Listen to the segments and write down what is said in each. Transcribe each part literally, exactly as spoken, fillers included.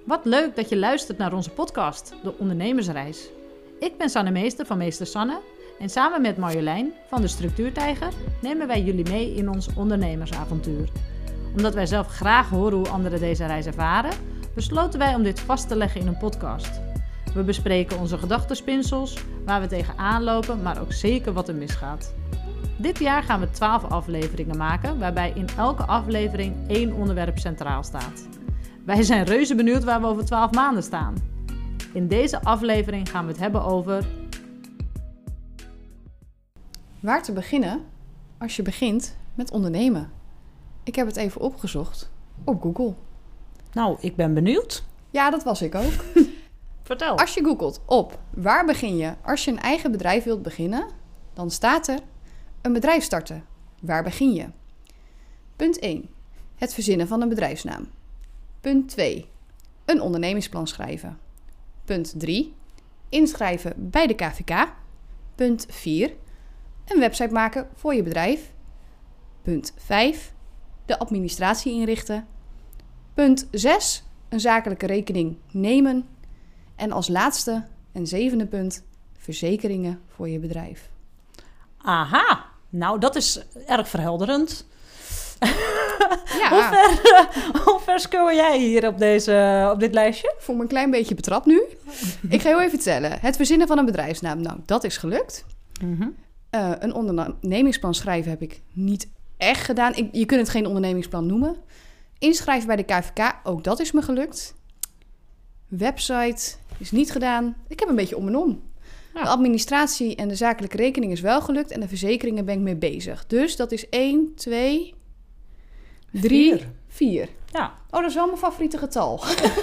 Wat leuk dat je luistert naar onze podcast, De Ondernemersreis. Ik ben Sanne Meester van Meester Sanne en samen met Marjolein van de Structuurtijger nemen wij jullie mee in ons ondernemersavontuur. Omdat wij zelf graag horen hoe anderen deze reis ervaren, besloten wij om dit vast te leggen in een podcast. We bespreken onze gedachtenspinsels, waar we tegenaan lopen, maar ook zeker wat er misgaat. Dit jaar gaan we twaalf afleveringen maken, waarbij in elke aflevering één onderwerp centraal staat. Wij zijn reuze benieuwd waar we over twaalf maanden staan. In deze aflevering gaan we het hebben over... Waar te beginnen als je begint met ondernemen? Ik heb het even opgezocht op Google. Nou, ik ben benieuwd. Ja, dat was ik ook. Vertel. Als je googelt op waar begin je als je een eigen bedrijf wilt beginnen, dan staat er een bedrijf starten. Waar begin je? Punt één. Het verzinnen van een bedrijfsnaam. Punt twee. Een ondernemingsplan schrijven. Punt drie. Inschrijven bij de K V K. Punt vier. Een website maken voor je bedrijf. Punt vijf. De administratie inrichten. Punt zes. Een zakelijke rekening nemen. En als laatste, een zevende punt, verzekeringen voor je bedrijf. Aha, nou dat is erg verhelderend. Ja. hoe, ver, hoe ver scoor jij hier op, deze, op dit lijstje? Ik voel me een klein beetje betrapt nu. Ik ga heel even tellen. Het verzinnen van een bedrijfsnaam, nou dat is gelukt. Mm-hmm. Uh, een ondernemingsplan schrijven heb ik niet echt gedaan. Ik, je kunt het geen ondernemingsplan noemen. Inschrijven bij de K V K, ook dat is me gelukt. Website is niet gedaan. Ik heb een beetje om en om. Ja. De administratie en de zakelijke rekening is wel gelukt. En de verzekeringen ben ik mee bezig. Dus dat is één, twee, drie, vier. Ja. Oh, dat is wel mijn favoriete getal.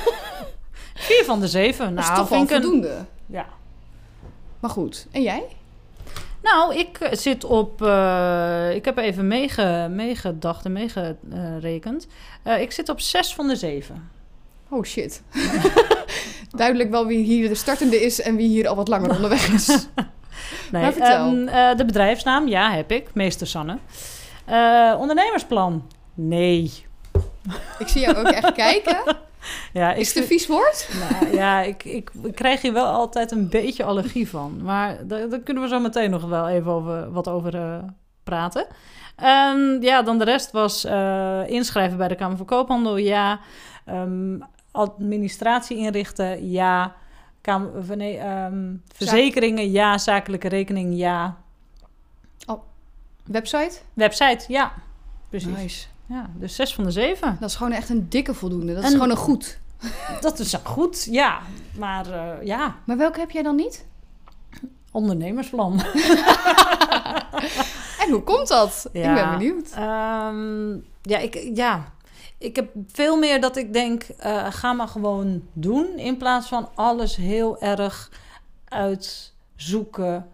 Vier van de zeven. Dat nou, is toch wel voldoende. Een... Ja. Maar goed, en jij? Nou, ik zit op... Uh, ik heb even meege, meegedacht en meegerekend. Uh, ik zit op zes van de zeven. Oh shit. Duidelijk wel wie hier de startende is en wie hier al wat langer onderweg is. Nee, maar vertel. Um, uh, de bedrijfsnaam, ja, heb ik. Meester Sanne. Uh, ondernemersplan? Nee. Ik zie jou ook echt kijken. Ja, is het een vies woord? Nou, ja, ik, ik, ik krijg hier wel altijd een beetje allergie van. Maar daar, daar kunnen we zo meteen nog wel even over, wat over uh, praten. Um, ja, dan de rest was uh, inschrijven bij de Kamer van Koophandel, ja. Um, administratie inrichten, ja. Kamer, nee, um, verzekeringen, ja. Zakelijke rekening, ja. Oh, website? Website, ja. Precies. Nice. Ja, dus zes van de zeven. Dat is gewoon echt een dikke voldoende. Dat en, is gewoon een goed. Dat is goed, ja. Maar uh, ja. Maar welke heb jij dan niet? Ondernemersplan. En hoe komt dat? Ja, ik ben benieuwd. Um, ja, ik, ja, ik heb veel meer dat ik denk, uh, ga maar gewoon doen. In plaats van alles heel erg uitzoeken.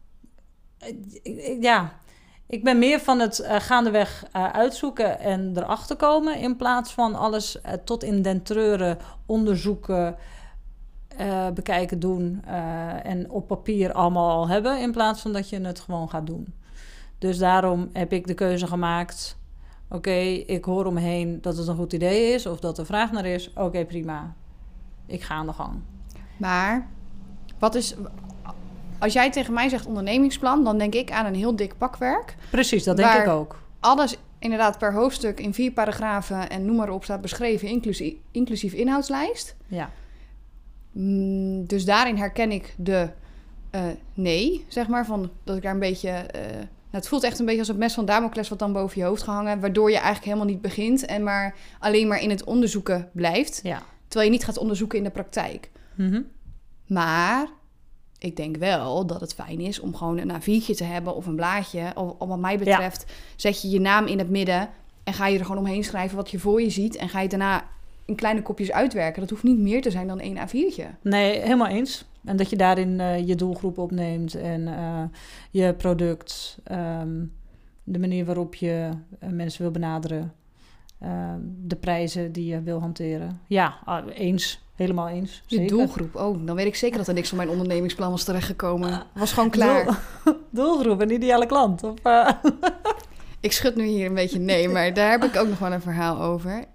Uh, ja, ik ben meer van het uh, gaandeweg uh, uitzoeken en erachter komen. In plaats van alles uh, tot in den treuren onderzoeken, uh, bekijken, doen. Uh, en op papier allemaal al hebben. In plaats van dat je het gewoon gaat doen. Dus daarom heb ik de keuze gemaakt. Oké, okay, ik hoor omheen dat het een goed idee is. Of dat er vraag naar is. Oké, okay, prima. Ik ga aan de gang. Maar wat is... Als jij tegen mij zegt ondernemingsplan, dan denk ik aan een heel dik pakwerk. Precies, dat denk ik ook. Alles inderdaad per hoofdstuk in vier paragrafen en noem maar op staat beschreven, inclusief, inclusief inhoudslijst. Ja. Mm, dus daarin herken ik de uh, nee, zeg maar, van dat ik daar een beetje... Uh, nou, het voelt echt een beetje als het mes van Damocles wat dan boven je hoofd gehangen, waardoor je eigenlijk helemaal niet begint en maar alleen maar in het onderzoeken blijft. Ja. Terwijl je niet gaat onderzoeken in de praktijk. Mm-hmm. Maar ik denk wel dat het fijn is om gewoon een A viertje te hebben of een blaadje. Of, of wat mij betreft, ja. Zet je je naam in het midden en ga je er gewoon omheen schrijven wat je voor je ziet. En ga je daarna in kleine kopjes uitwerken. Dat hoeft niet meer te zijn dan één A viertje. Nee, helemaal eens. En dat je daarin uh, je doelgroep opneemt en uh, je product, um, de manier waarop je uh, mensen wil benaderen, uh, de prijzen die je wil hanteren. Ja, uh, eens. Helemaal eens. Je zeker. Doelgroep. Oh, dan weet ik zeker dat er niks van mijn ondernemingsplan was terechtgekomen. Uh, was gewoon klaar. Doel, doelgroep, een ideale klant. Of, uh... Ik schud nu hier een beetje nee, maar daar heb ik ook nog wel een verhaal over.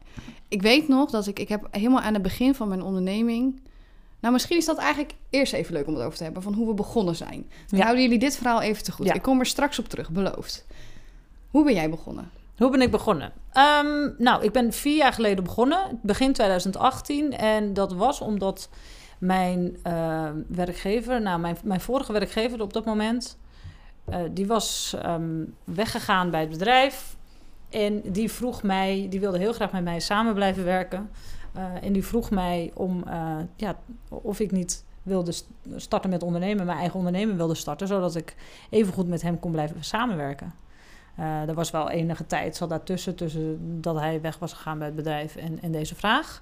Ik weet nog dat ik... Ik heb helemaal aan het begin van mijn onderneming... Nou, misschien is dat eigenlijk eerst even leuk om het over te hebben... van hoe we begonnen zijn. Dan Ja. houden jullie dit verhaal even te goed. Ja. Ik kom er straks op terug, beloofd. Hoe ben jij begonnen? Hoe ben ik begonnen? Um, nou, ik ben vier jaar geleden begonnen, begin twintig achttien. En dat was omdat mijn uh, werkgever, nou, mijn, mijn vorige werkgever op dat moment... Uh, die was um, weggegaan bij het bedrijf. En die vroeg mij, die wilde heel graag met mij samen blijven werken. Uh, en die vroeg mij om, uh, ja, of ik niet wilde starten met ondernemen, mijn eigen onderneming wilde starten, zodat ik evengoed met hem kon blijven samenwerken. Uh, er was wel enige tijd, zat daartussen, tussen dat hij weg was gegaan bij het bedrijf en, en deze vraag.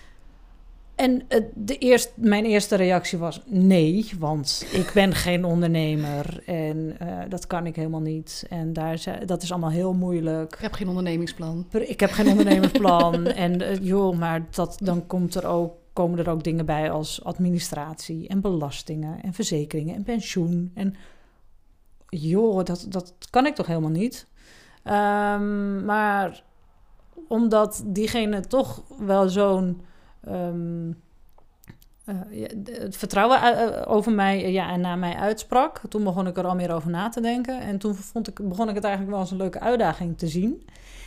En uh, de eerst, mijn eerste reactie was nee, want ik ben geen ondernemer en uh, dat kan ik helemaal niet. En daar, dat is allemaal heel moeilijk. Ik heb geen ondernemingsplan. Ik heb geen ondernemersplan. en uh, joh, maar dat, dan komt er ook, komen er ook dingen bij als administratie en belastingen en verzekeringen en pensioen. En joh, dat, dat kan ik toch helemaal niet. Um, maar omdat diegene toch wel zo'n Um, uh, het vertrouwen uh, over mij uh, ja, en naar mij uitsprak. Toen begon ik er al meer over na te denken. En toen vond ik, begon ik het eigenlijk wel als een leuke uitdaging te zien.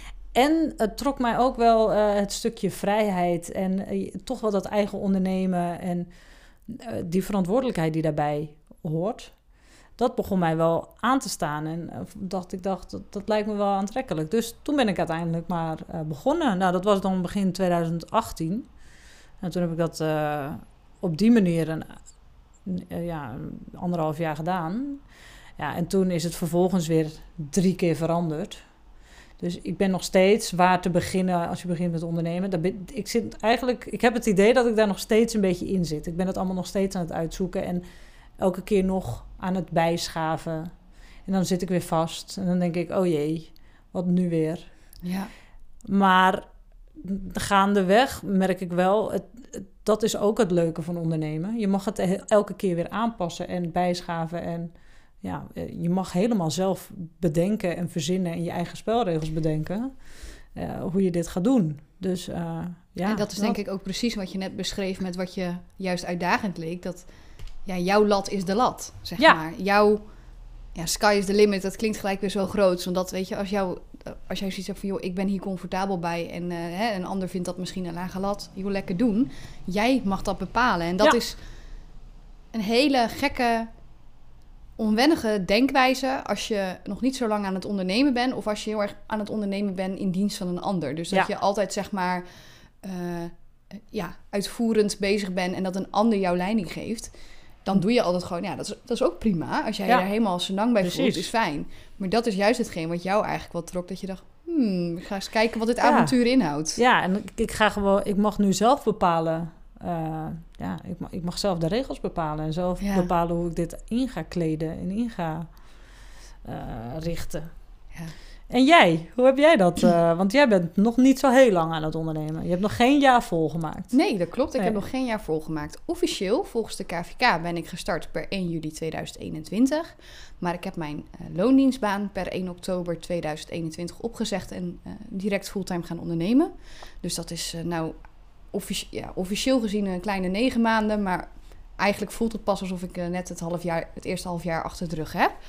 En het trok mij ook wel uh, het stukje vrijheid en uh, toch wel dat eigen ondernemen en uh, die verantwoordelijkheid die daarbij hoort. Dat begon mij wel aan te staan. En uh, dacht, ik dacht, dat, dat lijkt me wel aantrekkelijk. Dus toen ben ik uiteindelijk maar uh, begonnen. Nou, dat was dan begin twintig achttien. En toen heb ik dat uh, op die manier een, uh, ja, anderhalf jaar gedaan. Ja, en toen is het vervolgens weer drie keer veranderd. Dus ik ben nog steeds waar te beginnen als je begint met ondernemen. Daar ben, ik, zit eigenlijk, ik heb het idee dat ik daar nog steeds een beetje in zit. Ik ben het allemaal nog steeds aan het uitzoeken en elke keer nog aan het bijschaven. En dan zit ik weer vast. En dan denk ik, oh jee, wat nu weer? Ja. Maar gaandeweg merk ik wel, het, het, dat is ook het leuke van ondernemen. Je mag het elke keer weer aanpassen en bijschaven. En ja, je mag helemaal zelf bedenken en verzinnen en je eigen spelregels bedenken. Uh, hoe je dit gaat doen. Dus uh, ja. En dat is denk ik ook precies wat je net beschreef met wat je juist uitdagend leek. Dat ja, jouw lat is de lat, zeg ja. maar. Jouw ja, sky is the limit, dat klinkt gelijk weer zo groot. Want weet je, als, jou, als jij zoiets hebt van, joh, ik ben hier comfortabel bij en uh, hè, een ander vindt dat misschien een lage lat, joh, lekker doen. Jij mag dat bepalen. En dat ja. is een hele gekke, onwennige denkwijze als je nog niet zo lang aan het ondernemen bent of als je heel erg aan het ondernemen bent in dienst van een ander. Dus dat ja. je altijd, zeg maar, uh, ja, uitvoerend bezig bent en dat een ander jouw leiding geeft. Dan doe je altijd gewoon, ja, dat is, dat is ook prima. Als jij ja. er helemaal senang bij voelt, is fijn. Maar dat is juist hetgeen wat jou eigenlijk wat trok. Dat je dacht, hmm, ik ga eens kijken wat dit ja. avontuur inhoudt. Ja, en ik, ik ga gewoon, ik mag nu zelf bepalen. Uh, ja, ik mag, ik mag zelf de regels bepalen. En zelf ja. bepalen hoe ik dit in ga kleden en in ga uh, richten. Ja. En jij, hoe heb jij dat? Uh, want jij bent nog niet zo heel lang aan het ondernemen. Je hebt nog geen jaar volgemaakt. Nee, dat klopt. Ik nee. heb nog geen jaar volgemaakt. Officieel, volgens de K V K, ben ik gestart per één juli tweeduizend eenentwintig. Maar ik heb mijn uh, loondienstbaan per één oktober tweeduizend eenentwintig opgezegd en uh, direct fulltime gaan ondernemen. Dus dat is uh, nou offici- ja, officieel gezien een kleine negen maanden. Maar eigenlijk voelt het pas alsof ik uh, net het, half jaar, het eerste half jaar achter de rug heb.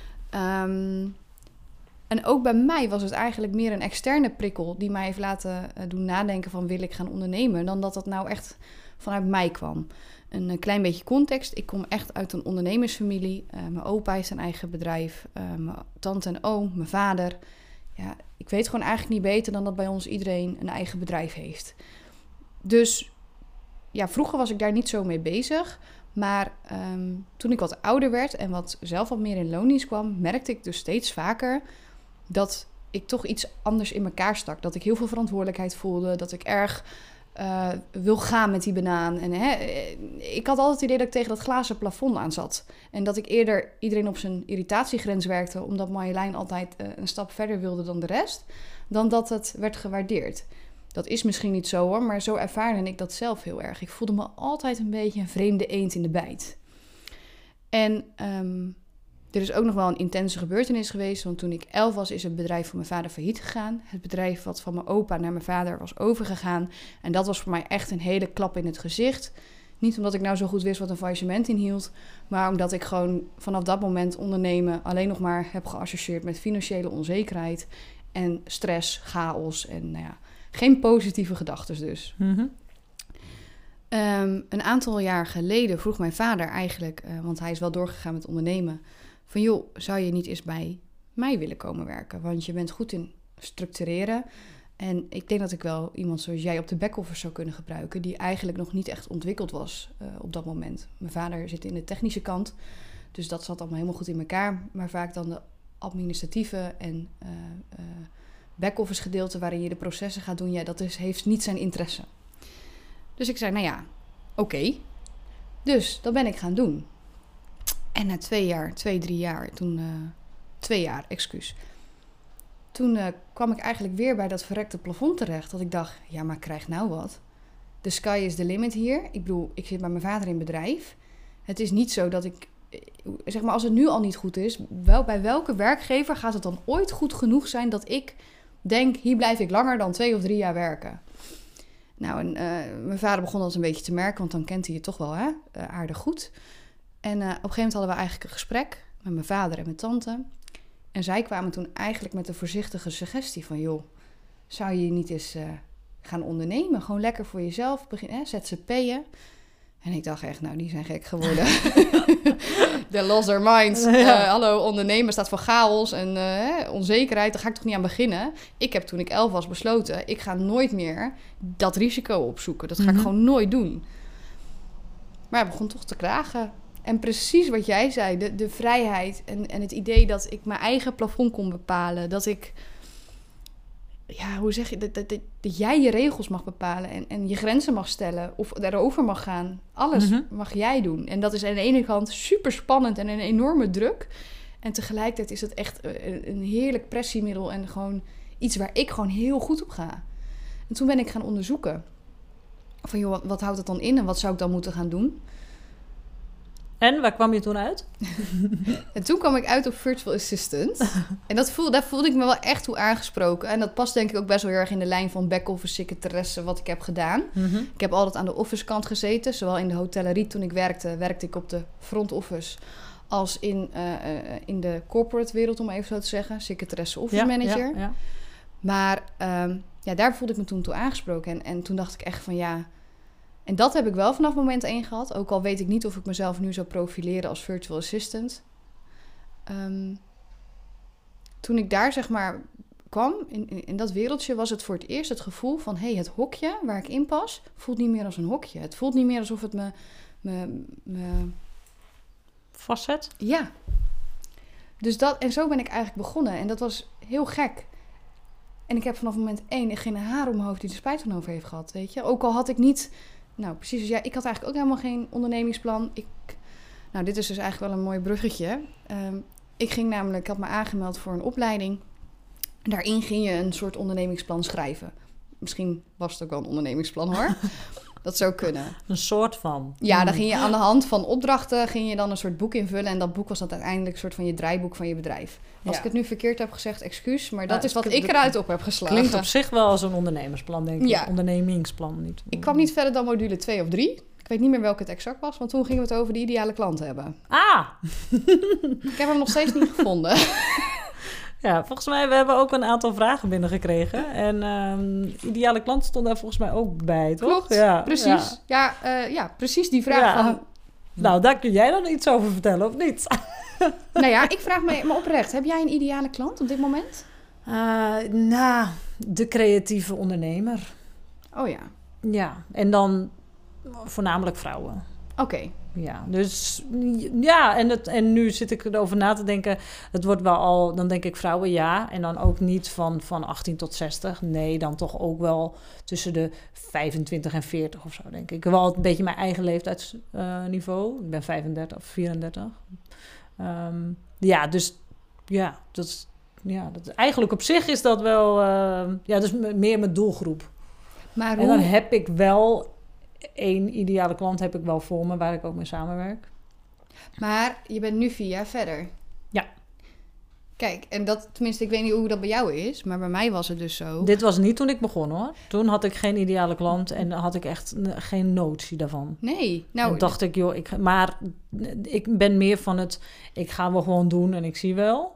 Um, En ook bij mij was het eigenlijk meer een externe prikkel die mij heeft laten uh, doen nadenken van wil ik gaan ondernemen, dan dat dat nou echt vanuit mij kwam. Een, een klein beetje context. Ik kom echt uit een ondernemersfamilie. Uh, mijn opa heeft zijn eigen bedrijf. Uh, mijn tante en oom, mijn vader. Ja, ik weet gewoon eigenlijk niet beter dan dat bij ons iedereen een eigen bedrijf heeft. Dus ja, vroeger was ik daar niet zo mee bezig. Maar um, toen ik wat ouder werd en wat zelf wat meer in loondienst kwam, merkte ik dus steeds vaker dat ik toch iets anders in elkaar stak. Dat ik heel veel verantwoordelijkheid voelde. Dat ik erg uh, wil gaan met die banaan. En, hè, ik had altijd het idee dat ik tegen dat glazen plafond aan zat. En dat ik eerder iedereen op zijn irritatiegrens werkte, omdat Marjolein altijd uh, een stap verder wilde dan de rest, dan dat het werd gewaardeerd. Dat is misschien niet zo hoor, maar zo ervaarde ik dat zelf heel erg. Ik voelde me altijd een beetje een vreemde eend in de bijt. En um, Er is ook nog wel een intense gebeurtenis geweest. Want toen ik elf was, is het bedrijf van mijn vader failliet gegaan. Het bedrijf wat van mijn opa naar mijn vader was overgegaan. En dat was voor mij echt een hele klap in het gezicht. Niet omdat ik nou zo goed wist wat een faillissement inhield. Maar omdat ik gewoon vanaf dat moment ondernemen alleen nog maar heb geassocieerd met financiële onzekerheid. En stress, chaos en nou ja, geen positieve gedachten dus. Mm-hmm. Um, een aantal jaar geleden vroeg mijn vader eigenlijk, uh, want hij is wel doorgegaan met ondernemen, van joh, zou je niet eens bij mij willen komen werken? Want je bent goed in structureren. En ik denk dat ik wel iemand zoals jij op de back-office zou kunnen gebruiken, die eigenlijk nog niet echt ontwikkeld was uh, op dat moment. Mijn vader zit in de technische kant, dus dat zat allemaal helemaal goed in elkaar. Maar vaak dan de administratieve en uh, uh, back-office gedeelte waarin je de processen gaat doen, ja, dat is, heeft niet zijn interesse. Dus ik zei, nou ja, oké. Okay. Dus dat ben ik gaan doen. En na twee jaar, twee, drie jaar, toen, uh, twee jaar, excuus. Toen uh, kwam ik eigenlijk weer bij dat verrekte plafond terecht. Dat ik dacht, ja, maar krijg nou wat. The sky is the limit hier. Ik bedoel, ik zit bij mijn vader in bedrijf. Het is niet zo dat ik, zeg maar, als het nu al niet goed is, wel, bij welke werkgever gaat het dan ooit goed genoeg zijn dat ik denk, hier blijf ik langer dan twee of drie jaar werken? Nou, en uh, mijn vader begon dat een beetje te merken, want dan kent hij het toch wel, hè? Uh, aardig goed. En uh, op een gegeven moment hadden we eigenlijk een gesprek met mijn vader en mijn tante. En zij kwamen toen eigenlijk met een voorzichtige suggestie van, joh, zou je niet eens uh, gaan ondernemen? Gewoon lekker voor jezelf beginnen, Z Z P'en. En ik dacht echt, nou, die zijn gek geworden. They lost their minds. Uh, hallo, ondernemen staat voor chaos en uh, onzekerheid. Daar ga ik toch niet aan beginnen. Ik heb toen ik elf was besloten, ik ga nooit meer dat risico opzoeken. Dat ga mm-hmm. ik gewoon nooit doen. Maar het begon toch te kragen. En precies wat jij zei, de, de vrijheid en, en het idee dat ik mijn eigen plafond kon bepalen. Dat ik, ja, hoe zeg je, dat, dat, dat jij je regels mag bepalen en, en je grenzen mag stellen of daarover mag gaan. Alles mm-hmm. mag jij doen. En dat is aan de ene kant super spannend en een enorme druk. En tegelijkertijd is het echt een, een heerlijk pressiemiddel en gewoon iets waar ik gewoon heel goed op ga. En toen ben ik gaan onderzoeken van, joh, wat, wat houdt het dan in en wat zou ik dan moeten gaan doen? En waar kwam je toen uit? En toen kwam ik uit op virtual assistant. En dat voelde, daar voelde ik me wel echt toe aangesproken. En dat past denk ik ook best wel heel erg in de lijn van back-office secretaresse wat ik heb gedaan. Mm-hmm. Ik heb altijd aan de office kant gezeten. Zowel in de hotellerie toen ik werkte, werkte ik op de front office. Als in, uh, uh, in de corporate wereld, om even zo te zeggen. Secretaresse office ja, manager. Ja, ja. Maar um, ja, daar voelde ik me toen toe aangesproken. En, en toen dacht ik echt van ja. En dat heb ik wel vanaf moment één gehad. Ook al weet ik niet of ik mezelf nu zou profileren als virtual assistant. Um, toen ik daar zeg maar kwam, in, in, in dat wereldje, was het voor het eerst het gevoel van, hé, hey, het hokje waar ik in pas, voelt niet meer als een hokje. Het voelt niet meer alsof het me... me, me... vastzet? Ja. Dus dat, en zo ben ik eigenlijk begonnen. En dat was heel gek. En ik heb vanaf moment één geen haar om mijn hoofd die er spijt van over heeft gehad, weet je. Ook al had ik niet... Nou, precies als jij. Ik had eigenlijk ook helemaal geen ondernemingsplan. Ik, nou, dit is dus eigenlijk wel een mooi bruggetje. Um, ik ging namelijk, ik had me aangemeld voor een opleiding. Daarin ging je een soort ondernemingsplan schrijven. Misschien was het ook wel een ondernemingsplan, hoor. Dat zou kunnen. Een soort van. Ja, dan ging je aan de hand van opdrachten ging je dan een soort boek invullen. En dat boek was dan uiteindelijk een soort van je draaiboek van je bedrijf. Als ja. ik het nu verkeerd heb gezegd, excuus. Maar dat ja, is wat ik eruit op heb geslagen. Klinkt op zich wel als een ondernemersplan, denk ik. Ja. Ondernemingsplan niet. Ik kwam niet verder dan module twee of drie. Ik weet niet meer welke het exact was. Want toen gingen we het over de ideale klant hebben. Ah! Ik heb hem nog steeds niet gevonden. Ja, volgens mij, we hebben ook een aantal vragen binnengekregen. En um, ideale klant stond daar volgens mij ook bij, toch? Klopt, ja, precies. Ja, ja, uh, ja, precies die vraag ja. van... Nou, daar kun jij dan iets over vertellen, of niet? Nou ja, ik vraag me, me oprecht. Heb jij een ideale klant op dit moment? Uh, nou, de creatieve ondernemer. Oh ja. Ja, en dan voornamelijk vrouwen. Oké. Okay. Ja, dus ja, en, het, en nu zit ik erover na te denken. Het wordt wel al, dan denk ik vrouwen ja. En dan ook niet van, van achttien tot zestig. Nee, dan toch ook wel tussen de vijfentwintig en veertig of zo, denk ik. Wel een beetje mijn eigen leeftijdsniveau. Uh, ik ben vijfendertig of vierendertig. Um, ja, dus ja, dat is, ja dat, eigenlijk op zich is dat wel... Uh, ja, dus meer mijn doelgroep. Maar hoe... En dan heb ik wel... Eén ideale klant heb ik wel voor me, waar ik ook mee samenwerk. Maar je bent nu vier jaar verder. Kijk, en dat, tenminste, ik weet niet hoe dat bij jou is, maar bij mij was het dus zo. Dit was niet toen ik begon, hoor. Toen had ik geen ideale klant en had ik echt geen notie daarvan. Nee. Nou, Toen dacht ik, joh, ik, maar ik ben meer van het, ik ga wel gewoon doen en ik zie wel.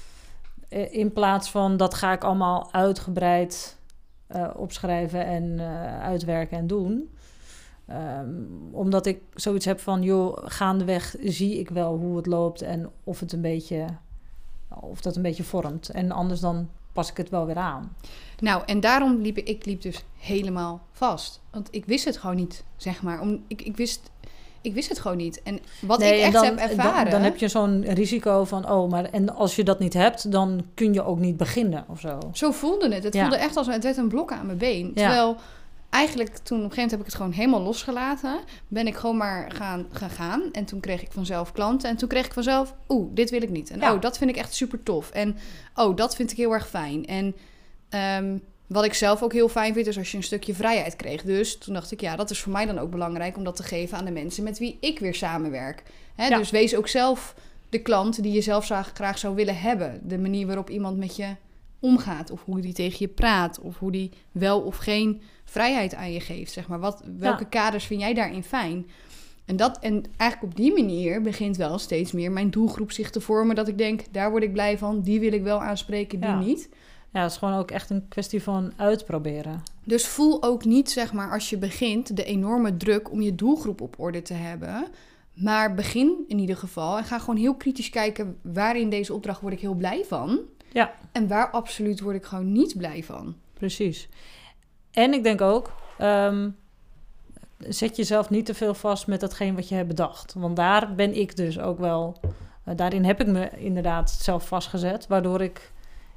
In plaats van, dat ga ik allemaal uitgebreid uh, opschrijven en uh, uitwerken en doen. Um, omdat ik zoiets heb van, joh, gaandeweg zie ik wel hoe het loopt en of het een beetje, of dat een beetje vormt. En anders dan pas ik het wel weer aan. Nou, en daarom liep ik, ik liep dus helemaal vast. Want ik wist het gewoon niet, zeg maar. Om, ik, ik, wist, ik wist het gewoon niet. En wat nee, ik echt dan, heb ervaren... Dan, dan heb je zo'n risico van, oh, maar en als je dat niet hebt, dan kun je ook niet beginnen of zo. Zo voelde het. Het ja. voelde echt als, het werd een blok aan mijn been. Ja. Terwijl... Eigenlijk toen op een gegeven moment heb ik het gewoon helemaal losgelaten. Ben ik gewoon maar gaan, gaan gaan. En toen kreeg ik vanzelf klanten. En toen kreeg ik vanzelf, oeh, dit wil ik niet. En ja. oh, dat vind ik echt super tof. En oh, dat vind ik heel erg fijn. En um, wat ik zelf ook heel fijn vind, is als je een stukje vrijheid kreeg. Dus toen dacht ik, ja, dat is voor mij dan ook belangrijk om dat te geven aan de mensen met wie ik weer samenwerk. Hè? Ja. Dus wees ook zelf de klant die je zelf graag zou willen hebben. De manier waarop iemand met je omgaat. Of hoe die tegen je praat. Of hoe die wel of geen vrijheid aan je geeft, zeg maar. Wat, welke ja. kaders vind jij daarin fijn? En, dat, en eigenlijk op die manier begint wel steeds meer mijn doelgroep zich te vormen. Dat ik denk, daar word ik blij van. Die wil ik wel aanspreken, die ja. niet. Ja, het is gewoon ook echt een kwestie van uitproberen. Dus voel ook niet, zeg maar, als je begint, de enorme druk om je doelgroep op orde te hebben. Maar begin in ieder geval en ga gewoon heel kritisch kijken, waar in deze opdracht word ik heel blij van. Ja. En waar absoluut word ik gewoon niet blij van. Precies. En ik denk ook, um, zet jezelf niet te veel vast met datgene wat je hebt bedacht. Want daar ben ik dus ook wel... Uh, daarin heb ik me inderdaad zelf vastgezet, waardoor ik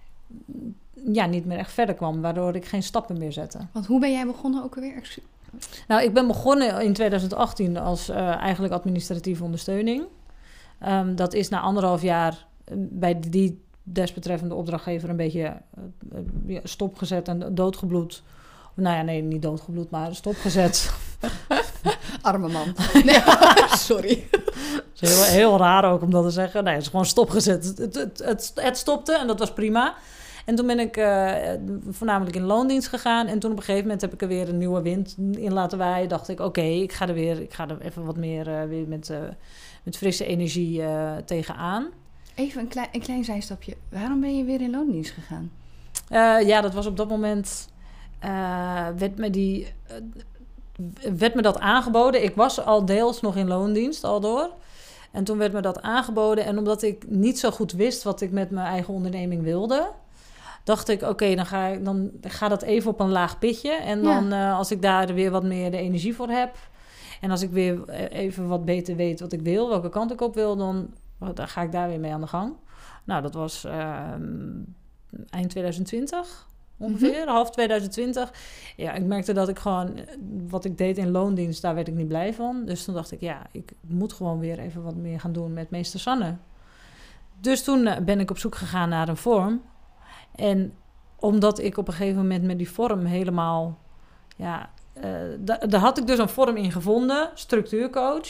ja, niet meer echt verder kwam. Waardoor ik geen stappen meer zette. Want hoe ben jij begonnen ook alweer? Nou, ik ben begonnen in twintig achttien als uh, eigenlijk administratieve ondersteuning. Um, dat is na anderhalf jaar bij die desbetreffende opdrachtgever een beetje uh, stopgezet en doodgebloed. Nou ja, nee, niet doodgebloed, maar stopgezet. Arme man. Nee, sorry. Het is heel, heel raar ook om dat te zeggen. Nee, het is gewoon stopgezet. Het, het, het, het stopte en dat was prima. En toen ben ik uh, voornamelijk in loondienst gegaan. En toen op een gegeven moment heb ik er weer een nieuwe wind in laten waaien. Dacht ik, oké, okay, ik ga er weer, ik ga er even wat meer uh, weer met, uh, met frisse energie uh, tegenaan. Even een klein, een klein zijstapje. Waarom ben je weer in loondienst gegaan? Uh, ja, dat was op dat moment... Uh, werd, me die, uh, werd me dat aangeboden. Ik was al deels nog in loondienst, al door. En toen werd me dat aangeboden. En omdat ik niet zo goed wist wat ik met mijn eigen onderneming wilde... dacht ik, oké, okay, dan, ga ik, dan ga dat even op een laag pitje. En dan, ja. uh, als ik daar weer wat meer de energie voor heb... en als ik weer even wat beter weet wat ik wil... welke kant ik op wil, dan, dan ga ik daar weer mee aan de gang. Nou, dat was uh, eind twintig twintig... ongeveer, mm-hmm. half twintig twintig. Ja, ik merkte dat ik gewoon... wat ik deed in loondienst, daar werd ik niet blij van. Dus toen dacht ik, ja, ik moet gewoon weer even wat meer gaan doen met meester Sanne. Dus toen ben ik op zoek gegaan naar een vorm. En omdat ik op een gegeven moment met die vorm helemaal... ja, uh, da- daar had ik dus een vorm in gevonden, structuurcoach.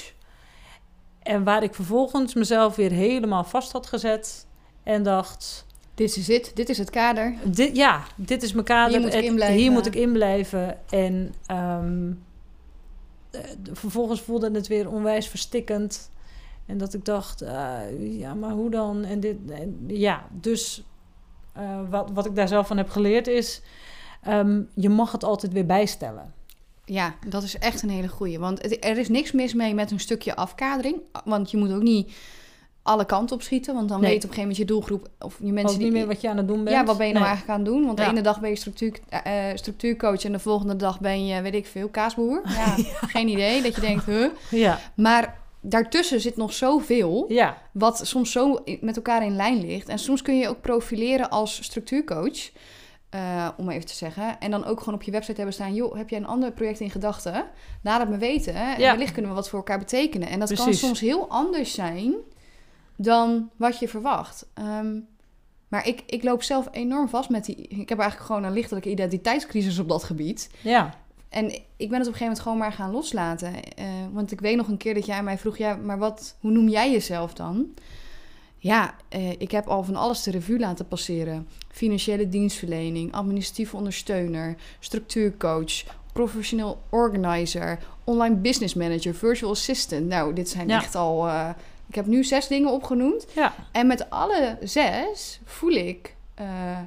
En waar ik vervolgens mezelf weer helemaal vast had gezet en dacht... Dit is het, dit is het kader. Dit, ja, dit is mijn kader. Hier moet ik in blijven. Hier moet ik in blijven. En um, uh, vervolgens voelde het weer onwijs verstikkend. En dat ik dacht, uh, ja, maar hoe dan? En dit, en, ja, dus uh, wat, wat ik daar zelf van heb geleerd is... Um, je mag het altijd weer bijstellen. Ja, dat is echt een hele goeie. Want het, er is niks mis mee met een stukje afkadering. Want je moet ook niet... alle kanten op schieten, want dan nee. weet op een gegeven moment je doelgroep of je mensen ook niet die, meer wat je aan het doen bent. Ja, wat ben je nou nee. eigenlijk aan het doen? Want ja. de ene dag ben je structuur, uh, structuurcoach en de volgende dag ben je, weet ik veel, kaasboer. Ja, ja. Geen idee, dat je denkt, huh? Ja. Maar daartussen zit nog zoveel, ja. wat soms zo met elkaar in lijn ligt. En soms kun je ook profileren als structuurcoach, uh, om even te zeggen. En dan ook gewoon op je website hebben staan, joh, heb jij een ander project in gedachten? Laat het me weten. Hè? En ja. wellicht kunnen we wat voor elkaar betekenen. En dat Precies. kan soms heel anders zijn dan wat je verwacht. Um, maar ik, ik loop zelf enorm vast met die... Ik heb eigenlijk gewoon een lichtelijke identiteitscrisis op dat gebied. Ja. En ik ben het op een gegeven moment gewoon maar gaan loslaten. Uh, want ik weet nog een keer dat jij mij vroeg... ja, maar wat, hoe noem jij jezelf dan? ja, uh, ik heb al van alles de revue laten passeren. Financiële dienstverlening, administratieve ondersteuner, structuurcoach, professioneel organizer, online business manager, virtual assistant. Nou, dit zijn ja. echt al... Uh, ik heb nu zes dingen opgenoemd. Ja. En met alle zes voel ik uh,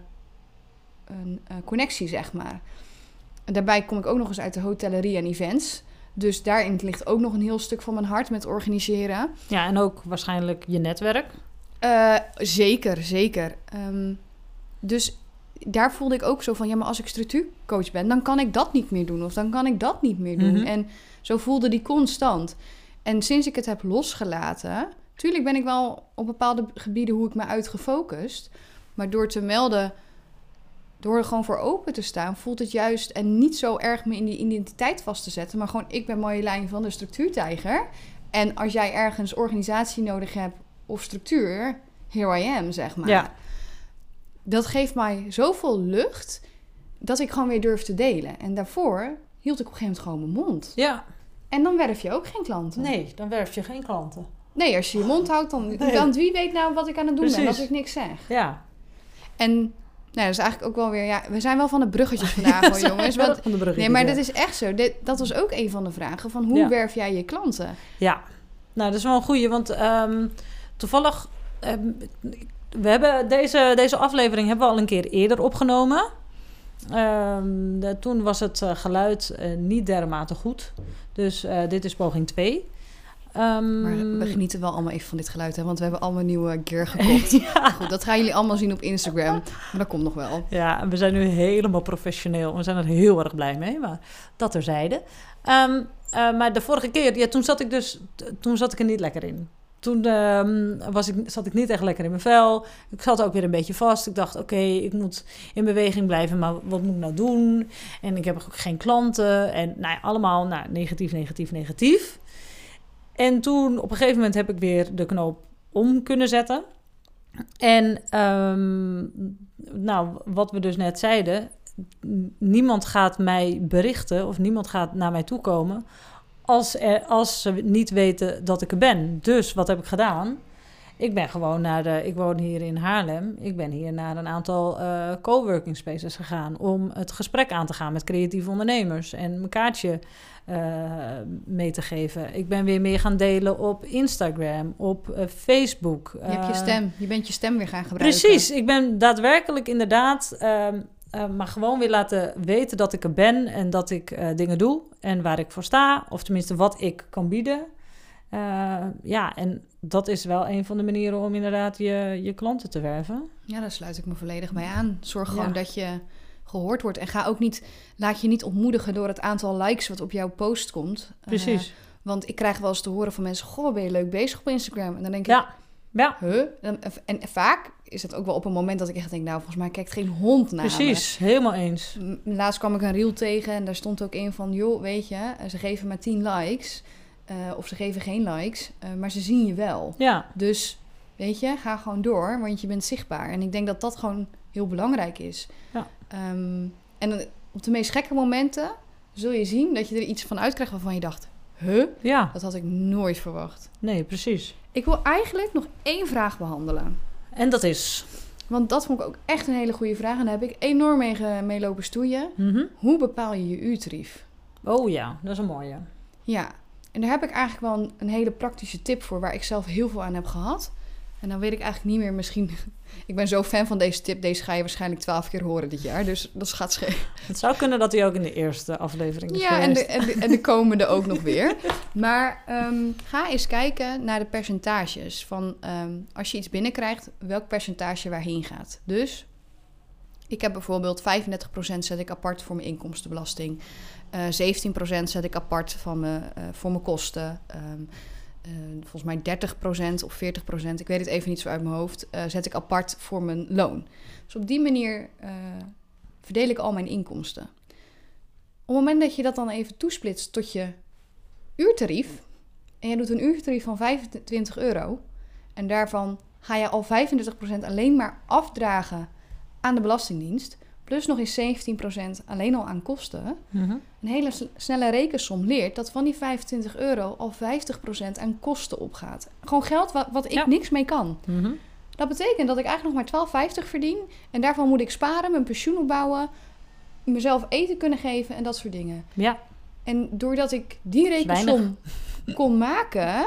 een uh, connectie, zeg maar. En daarbij kom ik ook nog eens uit de hotellerie en events. Dus daarin ligt ook nog een heel stuk van mijn hart met organiseren. Ja, en ook waarschijnlijk je netwerk. Uh, zeker, zeker. Um, dus daar voelde ik ook zo van... ja, maar als ik structuurcoach ben... dan kan ik dat niet meer doen. Of dan kan ik dat niet meer doen. Mm-hmm. En zo voelde die constant. En sinds ik het heb losgelaten... tuurlijk ben ik wel op bepaalde gebieden... hoe ik me uitgefocust. Maar door te melden... door er gewoon voor open te staan... voelt het juist... en niet zo erg me in die identiteit vast te zetten... maar gewoon, ik ben Marjolein van de Structuurtijger. En als jij ergens organisatie nodig hebt... of structuur, here I am, zeg maar. Ja. Dat geeft mij zoveel lucht... dat ik gewoon weer durf te delen. En daarvoor hield ik op een gegeven moment gewoon mijn mond. Ja. En dan werf je ook geen klanten. Nee, dan werf je geen klanten. Nee, als je je mond houdt, dan... Nee. Want wie weet nou wat ik aan het doen Precies. ben als ik niks zeg. Ja. En nou, dat is eigenlijk ook wel weer... Ja, we zijn wel van de bruggetjes vandaag, hoor, jongens. Want, van de bruggetjes, nee, maar ja. dat is echt zo. Dit, dat was ook een van de vragen. Van hoe ja. werf jij je klanten? Ja, nou, dat is wel een goeie. Want um, toevallig... Um, we hebben deze, deze aflevering hebben we al een keer eerder opgenomen. Um, de, toen was het uh, geluid uh, niet dermate goed. Dus uh, dit is poging twee. Um, maar we genieten wel allemaal even van dit geluid, hè? Want we hebben allemaal nieuwe gear gekocht. Ja. Goed, dat gaan jullie allemaal zien op Instagram. Maar dat komt nog wel. Ja, en we zijn nu helemaal professioneel. We zijn er heel erg blij mee, maar dat terzijde. Um, uh, maar de vorige keer, ja, toen zat ik dus toen zat ik er niet lekker in. Toen um, was ik, zat ik niet echt lekker in mijn vel. Ik zat ook weer een beetje vast. Ik dacht, oké, okay, ik moet in beweging blijven, maar wat moet ik nou doen? En ik heb ook geen klanten. En nou ja, allemaal nou, negatief, negatief, negatief. En toen, op een gegeven moment, heb ik weer de knoop om kunnen zetten. En um, nou, wat we dus net zeiden, niemand gaat mij berichten of niemand gaat naar mij toe komen als, er, als ze niet weten dat ik er ben. Dus wat heb ik gedaan? Ik ben gewoon naar de... Ik woon hier in Haarlem. Ik ben hier naar een aantal uh, coworking spaces gegaan om het gesprek aan te gaan met creatieve ondernemers en mijn kaartje uh, mee te geven. Ik ben weer meer gaan delen op Instagram, op uh, Facebook. Je hebt je stem. Je bent je stem weer gaan gebruiken. Precies. Ik ben daadwerkelijk inderdaad... Uh, Uh, maar gewoon weer laten weten dat ik er ben en dat ik uh, dingen doe en waar ik voor sta, of tenminste wat ik kan bieden. Uh, ja, en dat is wel een van de manieren om inderdaad je, je klanten te werven. Ja, daar sluit ik me volledig bij aan. Zorg gewoon ja. dat je gehoord wordt en ga ook niet, laat je niet ontmoedigen door het aantal likes wat op jouw post komt. Precies. Uh, want ik krijg wel eens te horen van mensen, goh, wat ben je leuk bezig op Instagram? En dan denk ik, ja. Ja. Huh? En, en vaak is het ook wel op een moment dat ik echt denk... nou, volgens mij kijkt geen hond naar Precies, me. helemaal eens. Laatst kwam ik een reel tegen en daar stond ook in van... joh, weet je, ze geven maar tien likes. Uh, of ze geven geen likes, uh, maar ze zien je wel. Ja. Dus, weet je, ga gewoon door, want je bent zichtbaar. En ik denk dat dat gewoon heel belangrijk is. Ja. Um, en op de meest gekke momenten zul je zien dat je er iets van uitkrijgt waarvan je dacht... huh? Ja. Dat had ik nooit verwacht. Nee, precies. Ik wil eigenlijk nog één vraag behandelen. En dat is? Want dat vond ik ook echt een hele goede vraag. En daar heb ik enorm mee, mee lopen stoeien. Mm-hmm. Hoe bepaal je je uurtarief? Oh ja, dat is een mooie. Ja, en daar heb ik eigenlijk wel een, een hele praktische tip voor... waar ik zelf heel veel aan heb gehad. En dan weet ik eigenlijk niet meer misschien... Ik ben zo fan van deze tip. Deze ga je waarschijnlijk twaalf keer horen dit jaar. Dus dat gaat scheef. Het zou kunnen dat hij ook in de eerste aflevering is Ja, en de, en, de, en de komende ook nog weer. Maar um, ga eens kijken naar de percentages. Van um, als je iets binnenkrijgt, welk percentage waarheen gaat. Dus ik heb bijvoorbeeld vijfendertig procent zet ik apart voor mijn inkomstenbelasting. Uh, zeventien procent zet ik apart van me, uh, voor mijn kosten. Um, Uh, volgens mij dertig procent of veertig procent, ik weet het even niet zo uit mijn hoofd, uh, zet ik apart voor mijn loon. Dus op die manier uh, verdeel ik al mijn inkomsten. Op het moment dat je dat dan even toesplitst tot je uurtarief, en je doet een uurtarief van vijfentwintig euro, en daarvan ga je al vijfendertig procent alleen maar afdragen aan de Belastingdienst, plus nog eens zeventien procent alleen al aan kosten. Mm-hmm. Een hele s- snelle rekensom leert dat van die vijfentwintig euro al vijftig procent aan kosten opgaat. Gewoon geld wat, wat ik Ja. niks mee kan. Mm-hmm. Dat betekent dat ik eigenlijk nog maar twaalf vijftig verdien. En daarvan moet ik sparen, mijn pensioen opbouwen, mezelf eten kunnen geven en dat soort dingen. Ja. En doordat ik die rekensom kon maken,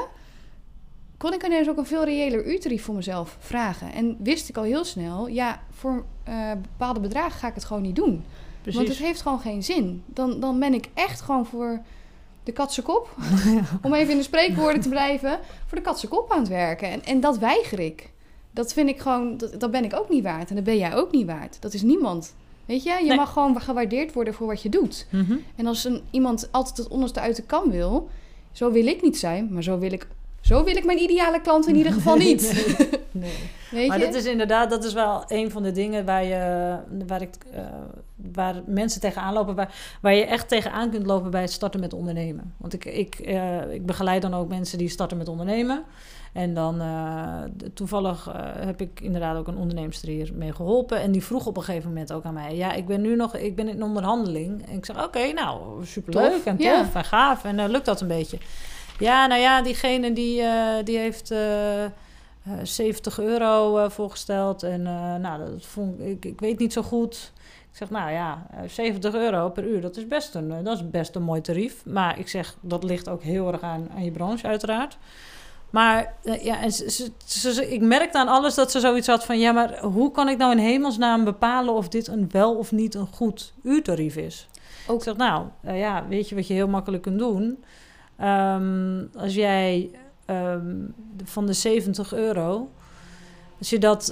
kon ik ineens ook een veel reëler uurtarief voor mezelf vragen. En wist ik al heel snel, ja, voor uh, bepaalde bedragen ga ik het gewoon niet doen. Precies. Want het heeft gewoon geen zin. Dan, dan ben ik echt gewoon voor de katse kop, om even in de spreekwoorden te blijven, voor de katse kop aan het werken. En, en dat weiger ik. Dat vind ik gewoon, dat, dat ben ik ook niet waard. En dat ben jij ook niet waard. Dat is niemand. Weet je, je Nee. mag gewoon gewaardeerd worden voor wat je doet. Mm-hmm. En als een, iemand altijd het onderste uit de kam wil, zo wil ik niet zijn, maar zo wil ik, zo wil ik mijn ideale klant in ieder geval niet. Nee. Weet Maar je? dat is inderdaad, dat is wel een van de dingen waar je, waar ik, uh, waar mensen tegenaan lopen, waar, waar je echt tegenaan kunt lopen bij het starten met ondernemen. Want ik, ik, uh, ik begeleid dan ook mensen die starten met ondernemen. En dan uh, toevallig uh, heb ik inderdaad ook een onderneemster hier mee geholpen. En die vroeg op een gegeven moment ook aan mij, ja, ik ben nu nog, ik ben in onderhandeling. En ik zeg, oké, okay, nou, superleuk Tof, en tof ja. en gaaf. En uh, lukt dat een beetje? Ja, nou ja, diegene die, uh, die heeft uh, uh, zeventig euro uh, voorgesteld. En uh, nou, dat vond ik, ik weet niet zo goed. Ik zeg, nou ja, zeventig euro per uur, dat is best een, dat is best een mooi tarief. Maar ik zeg, dat ligt ook heel erg aan, aan je branche uiteraard. Maar uh, ja, en ze, ze, ze, ze, ik merkte aan alles dat ze zoiets had van, ja, maar hoe kan ik nou in hemelsnaam bepalen of dit een wel of niet een goed uurtarief is? Ook. Ik zeg, nou, uh, ja, weet je wat je heel makkelijk kunt doen? Um, als jij um, van de zeventig euro, als je dat,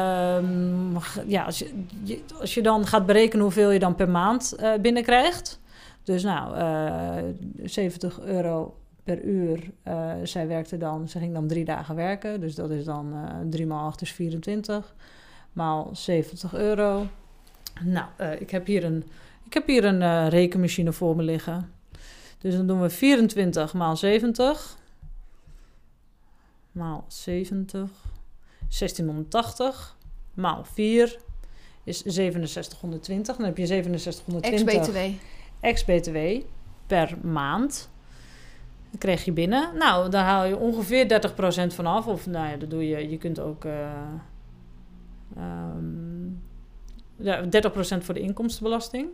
um, ja, als je, je, als je dan gaat berekenen hoeveel je dan per maand uh, binnenkrijgt. Dus nou, uh, zeventig euro per uur. Uh, zij werkte dan, ze ging dan drie dagen werken. Dus dat is dan uh, drie maal acht is vierentwintig. Maal zeventig euro. Nou, uh, ik heb hier een, ik heb hier een uh, rekenmachine voor me liggen. Dus dan doen we vierentwintig maal zeventig. Maal zeventig. zestienhonderdtachtig. Maal vier is zevenenzestighonderdtwintig. Dan heb je zevenenzestighonderdtwintig. Ex-B T W. Ex-B T W per maand. Dan krijg je binnen. Nou, daar haal je ongeveer dertig procent vanaf. Of nou ja, dat doe je. Je kunt ook uh, um, ja, dertig procent voor de inkomstenbelasting.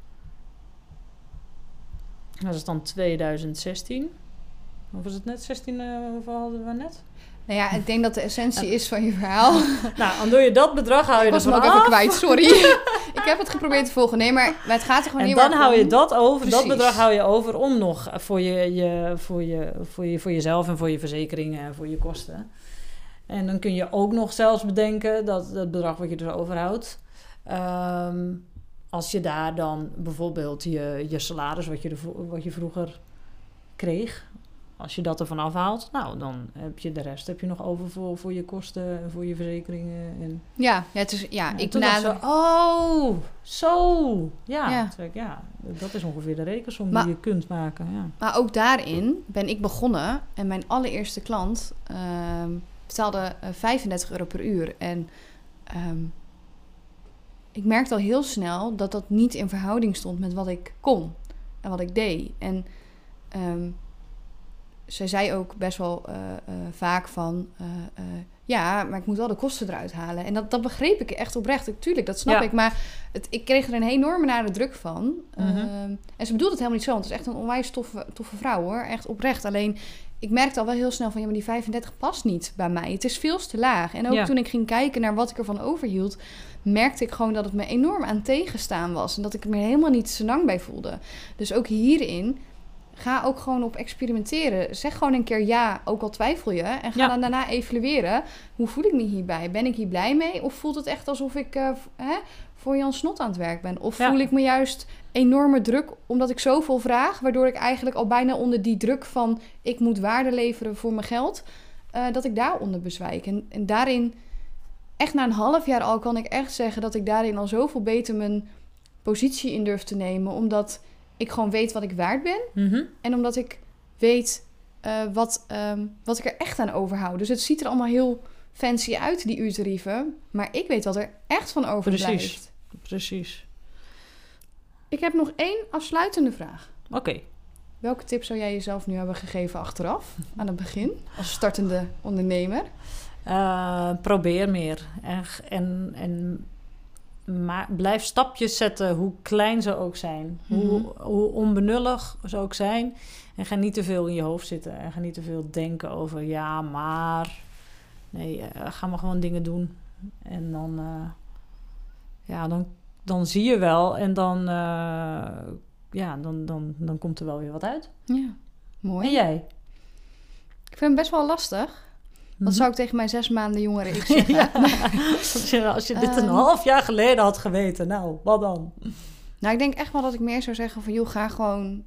Dat is dan tweeduizend zestien. Of was het net zestien? Uh, hoeveel hadden we net? Nou ja, ik denk dat de essentie is van je verhaal. Nou, dan doe je dat bedrag, hou je ik er was hem ook vanaf. even kwijt, sorry. Ik heb het geprobeerd te volgen. Nee, maar het gaat er gewoon en heel dan erg hou je om. dat over, Precies. dat bedrag hou je over om nog voor, je, je, voor, je, voor, je, voor jezelf en voor je verzekeringen en voor je kosten. En dan kun je ook nog zelfs bedenken dat dat bedrag wat je er overhoudt, um, als je daar dan bijvoorbeeld je, je salaris wat je, er, wat je vroeger kreeg, als je dat ervan afhaalt, nou, dan heb je de rest heb je nog over voor, voor je kosten en voor je verzekeringen. En, ja, ja, het is, ja, en ik toen dacht nader... zo, oh, zo. Ja, Ja. toen zei ik, ja, dat is ongeveer de rekensom Maar- die je kunt maken. Ja. Maar ook daarin ben ik begonnen. En mijn allereerste klant uh, betaalde uh, vijfendertig euro per uur. En um, ik merkte al heel snel dat dat niet in verhouding stond met wat ik kon. En wat ik deed. En um, zij zei ook best wel uh, uh, vaak van... Uh, uh, ja, maar ik moet wel de kosten eruit halen. En dat, dat begreep ik echt oprecht. Tuurlijk, dat snap Ja. ik. Maar het, ik kreeg er een enorme nare druk van. Mhm. Um, en ze bedoelde het helemaal niet zo. Want het is echt een onwijs toffe, toffe vrouw, hoor. Echt oprecht. Alleen, ik merkte al wel heel snel van... ja, maar die vijfendertig past niet bij mij. Het is veel te laag. En ook Ja. toen ik ging kijken naar wat ik ervan overhield... merkte ik gewoon dat het me enorm aan tegenstaan was. En dat ik er me helemaal niet senang bij voelde. Dus ook hierin... ga ook gewoon op experimenteren. Zeg gewoon een keer ja, ook al twijfel je. En ga Ja. dan daarna evalueren. Hoe voel ik me hierbij? Ben ik hier blij mee? Of voelt het echt alsof ik uh, hè, voor Jan Snot aan het werk ben? Of Ja. voel ik me juist enorme druk omdat ik zoveel vraag... waardoor ik eigenlijk al bijna onder die druk van... ik moet waarde leveren voor mijn geld... Uh, dat ik daaronder bezwijk. En, en daarin, echt na een half jaar al... kan ik echt zeggen dat ik daarin al zoveel beter mijn positie in durf te nemen. Omdat... ik gewoon weet wat ik waard ben. Mm-hmm. En omdat ik weet uh, wat, um, wat ik er echt aan overhoud. Dus het ziet er allemaal heel fancy uit, die uurtarieven. Maar ik weet wat er echt van overblijft. Precies. precies. Ik heb nog één afsluitende vraag. Oké. Okay. Welke tip zou jij jezelf nu hebben gegeven achteraf, aan het begin, als startende ondernemer? Uh, probeer meer. En, en, en maar blijf stapjes zetten, hoe klein ze ook zijn. Mm-hmm. Hoe, hoe onbenullig ze ook zijn. En ga niet te veel in je hoofd zitten. En ga niet te veel denken over ja, maar... Nee, uh, ga maar gewoon dingen doen. En dan... Uh, ja, dan, dan zie je wel. En dan... Uh, ja, dan, dan, dan komt er wel weer wat uit. Ja, mooi. En jij? Ik vind het best wel lastig. Dat zou ik tegen mijn zes maanden jongere ik zeggen. Ja, als je, als je dit een um, half jaar geleden had geweten, nou, wat dan? Nou, ik denk echt wel dat ik meer zou zeggen van... joh, ga gewoon...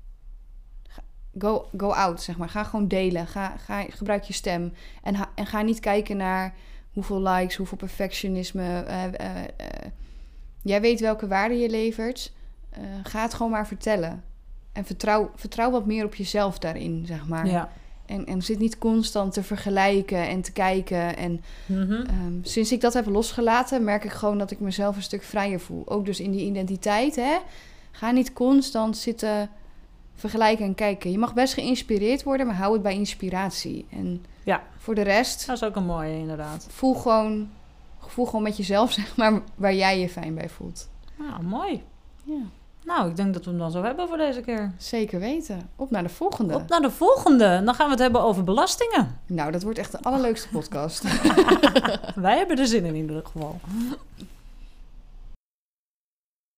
Go, go out, zeg maar. Ga gewoon delen. Ga, ga, gebruik je stem. En, ha, en ga niet kijken naar hoeveel likes, hoeveel perfectionisme. Uh, uh, uh, jij weet welke waarde je levert. Uh, ga het gewoon maar vertellen. En vertrouw, vertrouw wat meer op jezelf daarin, zeg maar. Ja. En, en zit niet constant te vergelijken en te kijken. En mm-hmm. um, sinds ik dat heb losgelaten, merk ik gewoon dat ik mezelf een stuk vrijer voel. Ook dus in die identiteit, hè. Ga niet constant zitten vergelijken en kijken. Je mag best geïnspireerd worden, maar hou het bij inspiratie. En ja. voor de rest... Dat is ook een mooie, inderdaad. Voel gewoon, voel gewoon met jezelf, zeg maar, waar jij je fijn bij voelt. Nou, mooi. Ja. Nou, ik denk dat we hem dan zo hebben voor deze keer. Zeker weten. Op naar de volgende. Op naar de volgende. Dan gaan we het hebben over belastingen. Nou, dat wordt echt de allerleukste podcast. Wij hebben er zin in, in ieder geval.